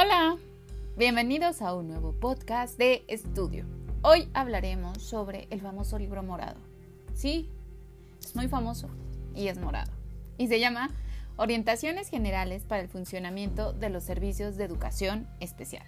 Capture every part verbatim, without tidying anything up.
Hola, bienvenidos a un nuevo podcast de estudio. Hoy hablaremos sobre el famoso libro morado. Sí, es muy famoso y es morado. Y se llama Orientaciones Generales para el Funcionamiento de los Servicios de Educación Especial.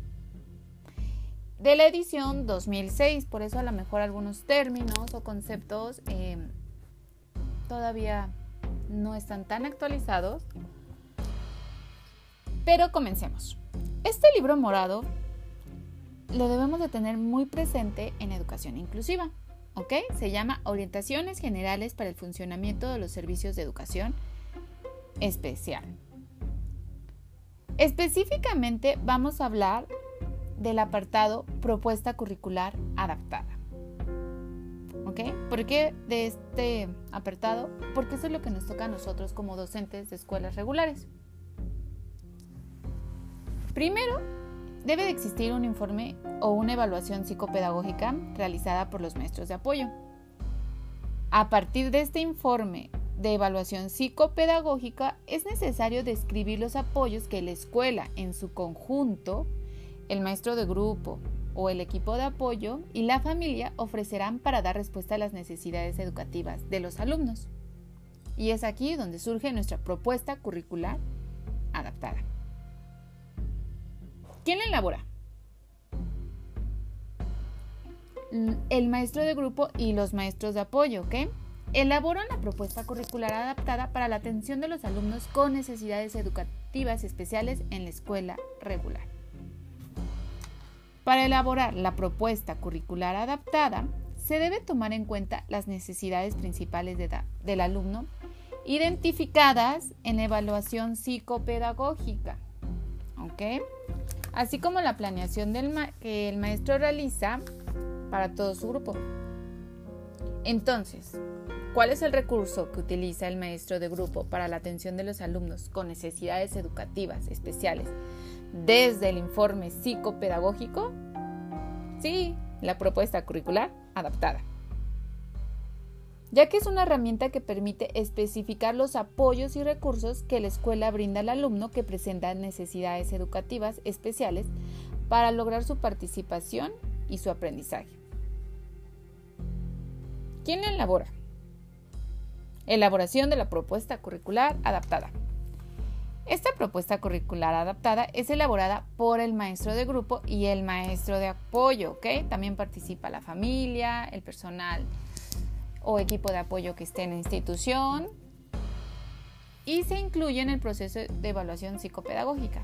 De la edición dos mil seis, por eso a lo mejor algunos términos o conceptos eh, todavía no están tan actualizados. Pero comencemos. Este libro morado lo debemos de tener muy presente en educación inclusiva, ¿ok? Se llama Orientaciones Generales para el Funcionamiento de los Servicios de Educación Especial. Específicamente vamos a hablar del apartado Propuesta Curricular Adaptada, ¿ok? ¿Por qué de este apartado? Porque eso es lo que nos toca a nosotros como docentes de escuelas regulares. Primero, debe de existir un informe o una evaluación psicopedagógica realizada por los maestros de apoyo. A partir de este informe de evaluación psicopedagógica, es necesario describir los apoyos que la escuela en su conjunto, el maestro de grupo o el equipo de apoyo y la familia ofrecerán para dar respuesta a las necesidades educativas de los alumnos. Y es aquí donde surge nuestra propuesta curricular adaptada. ¿Quién la elabora? El maestro de grupo y los maestros de apoyo, ¿ok? Elaboran la propuesta curricular adaptada para la atención de los alumnos con necesidades educativas especiales en la escuela regular. Para elaborar la propuesta curricular adaptada, se debe tomar en cuenta las necesidades principales de da- del alumno identificadas en la evaluación psicopedagógica, ¿ok? Así como la planeación del ma- que el maestro realiza para todo su grupo. Entonces, ¿cuál es el recurso que utiliza el maestro de grupo para la atención de los alumnos con necesidades educativas especiales desde el informe psicopedagógico? Sí, la propuesta curricular adaptada, ya que es una herramienta que permite especificar los apoyos y recursos que la escuela brinda al alumno que presenta necesidades educativas especiales para lograr su participación y su aprendizaje. ¿Quién la elabora? Elaboración de la propuesta curricular adaptada. Esta propuesta curricular adaptada es elaborada por el maestro de grupo y el maestro de apoyo, ¿ok? También participa la familia, el personal o equipo de apoyo que esté en la institución y se incluye en el proceso de evaluación psicopedagógica.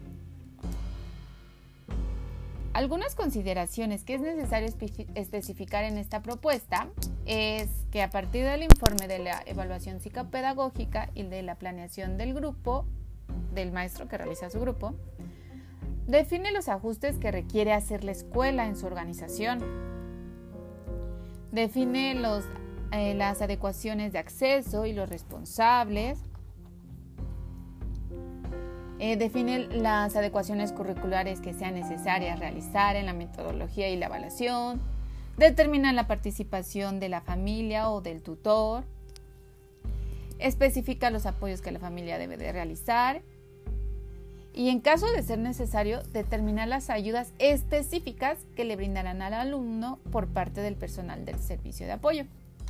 Algunas consideraciones que es necesario especificar en esta propuesta es que a partir del informe de la evaluación psicopedagógica y de la planeación del grupo, del maestro que realiza su grupo, define los ajustes que requiere hacer la escuela en su organización. Define los Eh, las adecuaciones de acceso y los responsables. Eh, define las adecuaciones curriculares que sean necesarias realizar en la metodología y la evaluación. Determina la participación de la familia o del tutor. Especifica los apoyos que la familia debe de realizar. Y en caso de ser necesario, determinar las ayudas específicas que le brindarán al alumno por parte del personal del servicio de apoyo.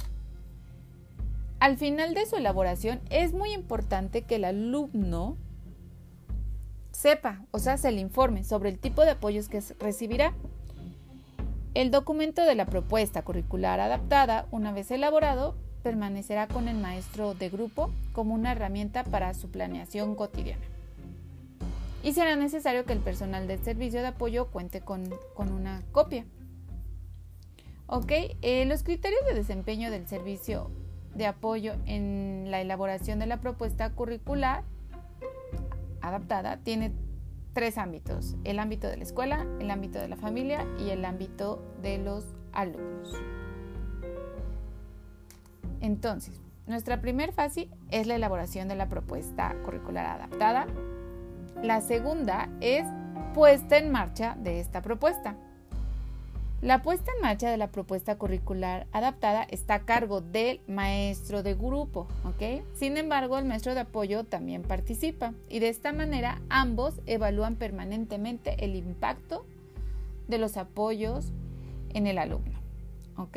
Al final de su elaboración es muy importante que el alumno sepa, o sea, se le informe sobre el tipo de apoyos que recibirá. El documento de la propuesta curricular adaptada, una vez elaborado, permanecerá con el maestro de grupo como una herramienta para su planeación cotidiana. Y será necesario que el personal del servicio de apoyo cuente con, con una copia. Ok, eh, los criterios de desempeño del servicio de apoyo en la elaboración de la propuesta curricular adaptada tiene tres ámbitos: el ámbito de la escuela, el ámbito de la familia y el ámbito de los alumnos. Entonces, nuestra primera fase es la elaboración de la propuesta curricular adaptada. La segunda es puesta en marcha de esta propuesta. La puesta en marcha de la propuesta curricular adaptada está a cargo del maestro de grupo, ¿ok? Sin embargo, el maestro de apoyo también participa y de esta manera ambos evalúan permanentemente el impacto de los apoyos en el alumno, ¿ok?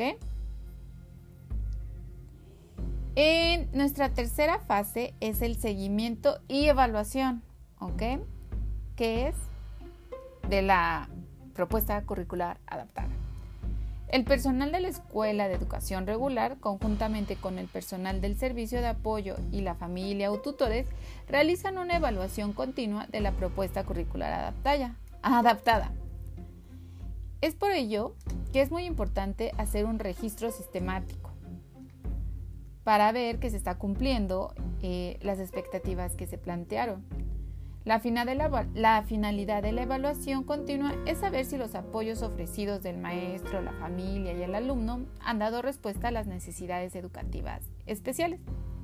En nuestra tercera fase es el seguimiento y evaluación, ¿ok? Que es de la propuesta curricular adaptada. El personal de la Escuela de Educación Regular, conjuntamente con el personal del Servicio de Apoyo y la familia o tutores, realizan una evaluación continua de la propuesta curricular adaptada. Es por ello que es muy importante hacer un registro sistemático para ver que se está cumpliendo eh, las expectativas que se plantearon. La, final de la, la finalidad de la evaluación continua es saber si los apoyos ofrecidos del maestro, la familia y el alumno han dado respuesta a las necesidades educativas especiales.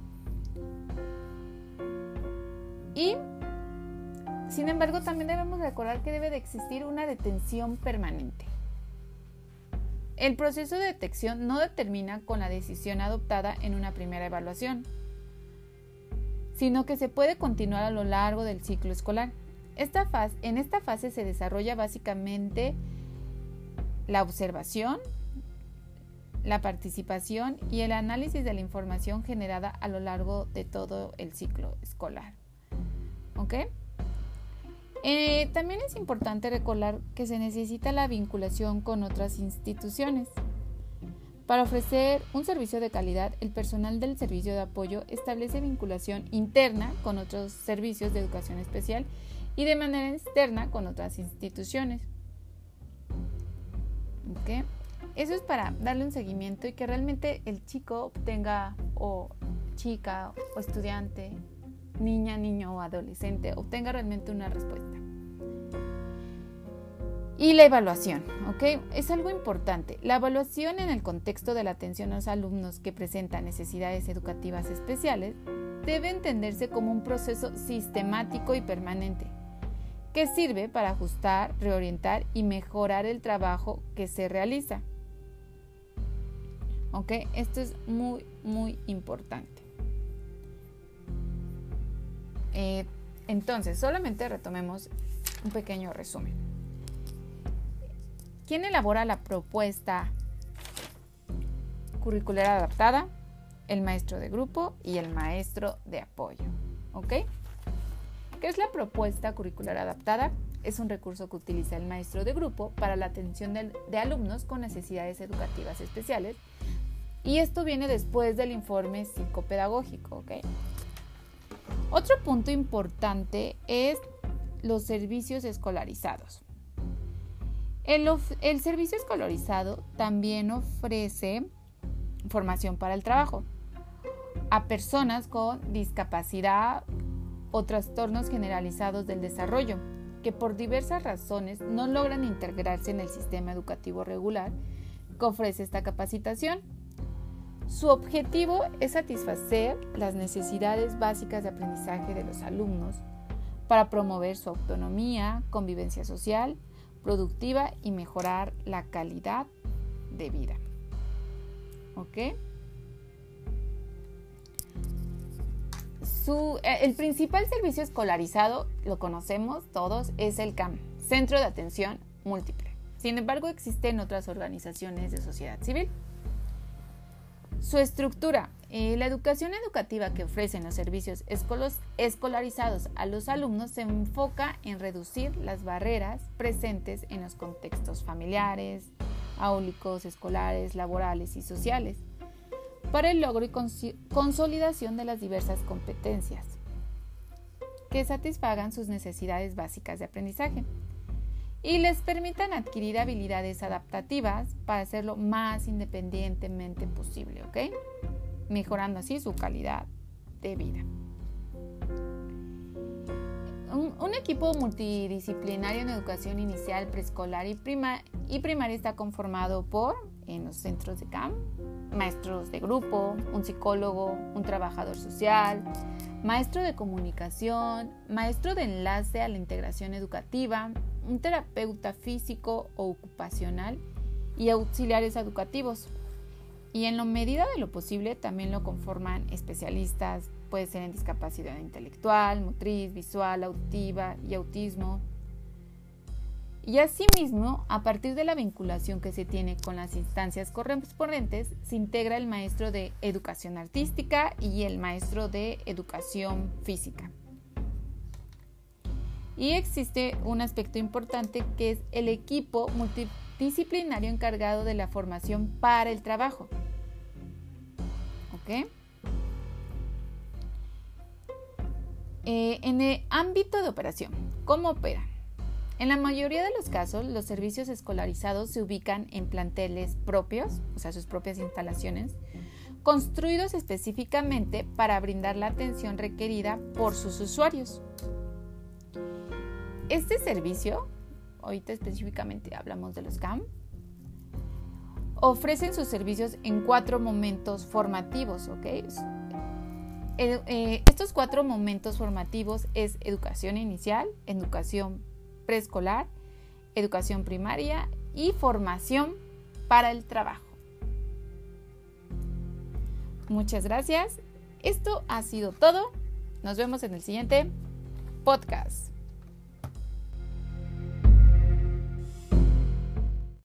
Y, sin embargo, también debemos recordar que debe de existir una detención permanente. El proceso de detección no determina con la decisión adoptada en una primera evaluación, sino que se puede continuar a lo largo del ciclo escolar. Esta fase, en esta fase se desarrolla básicamente la observación, la participación y el análisis de la información generada a lo largo de todo el ciclo escolar. ¿Ok? Eh, también es importante recordar que se necesita la vinculación con otras instituciones. Para ofrecer un servicio de calidad, el personal del servicio de apoyo establece vinculación interna con otros servicios de educación especial y de manera externa con otras instituciones. ¿Okay? Eso es para darle un seguimiento y que realmente el chico obtenga, o chica, o estudiante, niña, niño o adolescente, obtenga realmente una respuesta. Y la evaluación, ¿ok? Es algo importante. La evaluación en el contexto de la atención a los alumnos que presentan necesidades educativas especiales debe entenderse como un proceso sistemático y permanente que sirve para ajustar, reorientar y mejorar el trabajo que se realiza. ¿Ok? Esto es muy, muy importante. Eh, entonces, solamente retomemos un pequeño resumen. ¿Quién elabora la propuesta curricular adaptada? El maestro de grupo y el maestro de apoyo. ¿Ok? ¿Qué es la propuesta curricular adaptada? Es un recurso que utiliza el maestro de grupo para la atención de, de alumnos con necesidades educativas especiales, y esto viene después del informe psicopedagógico. ¿Ok? Otro punto importante es los servicios escolarizados. El, of- el servicio escolarizado también ofrece formación para el trabajo a personas con discapacidad o trastornos generalizados del desarrollo que por diversas razones no logran integrarse en el sistema educativo regular que ofrece esta capacitación. Su objetivo es satisfacer las necesidades básicas de aprendizaje de los alumnos para promover su autonomía, convivencia social, productiva y mejorar la calidad de vida. ¿Ok? Su, el principal servicio escolarizado, lo conocemos todos, es el C A M, Centro de Atención Múltiple. Sin embargo, existen otras organizaciones de sociedad civil. Su estructura. Eh, la educación educativa que ofrecen los servicios escolos, escolarizados a los alumnos se enfoca en reducir las barreras presentes en los contextos familiares, áulicos, escolares, laborales y sociales, para el logro y cons- consolidación de las diversas competencias que satisfagan sus necesidades básicas de aprendizaje y les permitan adquirir habilidades adaptativas para hacerlo más independientemente posible, ¿ok? Mejorando así su calidad de vida. Un, un equipo multidisciplinario en educación inicial, preescolar y, prima, y primaria está conformado por, en los centros de C A M, maestros de grupo, un psicólogo, un trabajador social, maestro de comunicación, maestro de enlace a la integración educativa, un terapeuta físico o ocupacional y auxiliares educativos. Y en la medida de lo posible también lo conforman especialistas, puede ser en discapacidad intelectual, motriz, visual, auditiva y autismo. Y asimismo, a partir de la vinculación que se tiene con las instancias correspondientes, se integra el maestro de educación artística y el maestro de educación física. Y existe un aspecto importante que es el equipo multidisciplinario encargado de la formación para el trabajo. ¿Ok? Eh, en el ámbito de operación, ¿cómo operan? En la mayoría de los casos, los servicios escolarizados se ubican en planteles propios, o sea, sus propias instalaciones, construidos específicamente para brindar la atención requerida por sus usuarios. Este servicio, ahorita específicamente hablamos de los C A M, ofrecen sus servicios en cuatro momentos formativos, ¿ok? El, eh, estos cuatro momentos formativos es educación inicial, educación preescolar, educación primaria y formación para el trabajo. Muchas gracias. Esto ha sido todo. Nos vemos en el siguiente podcast.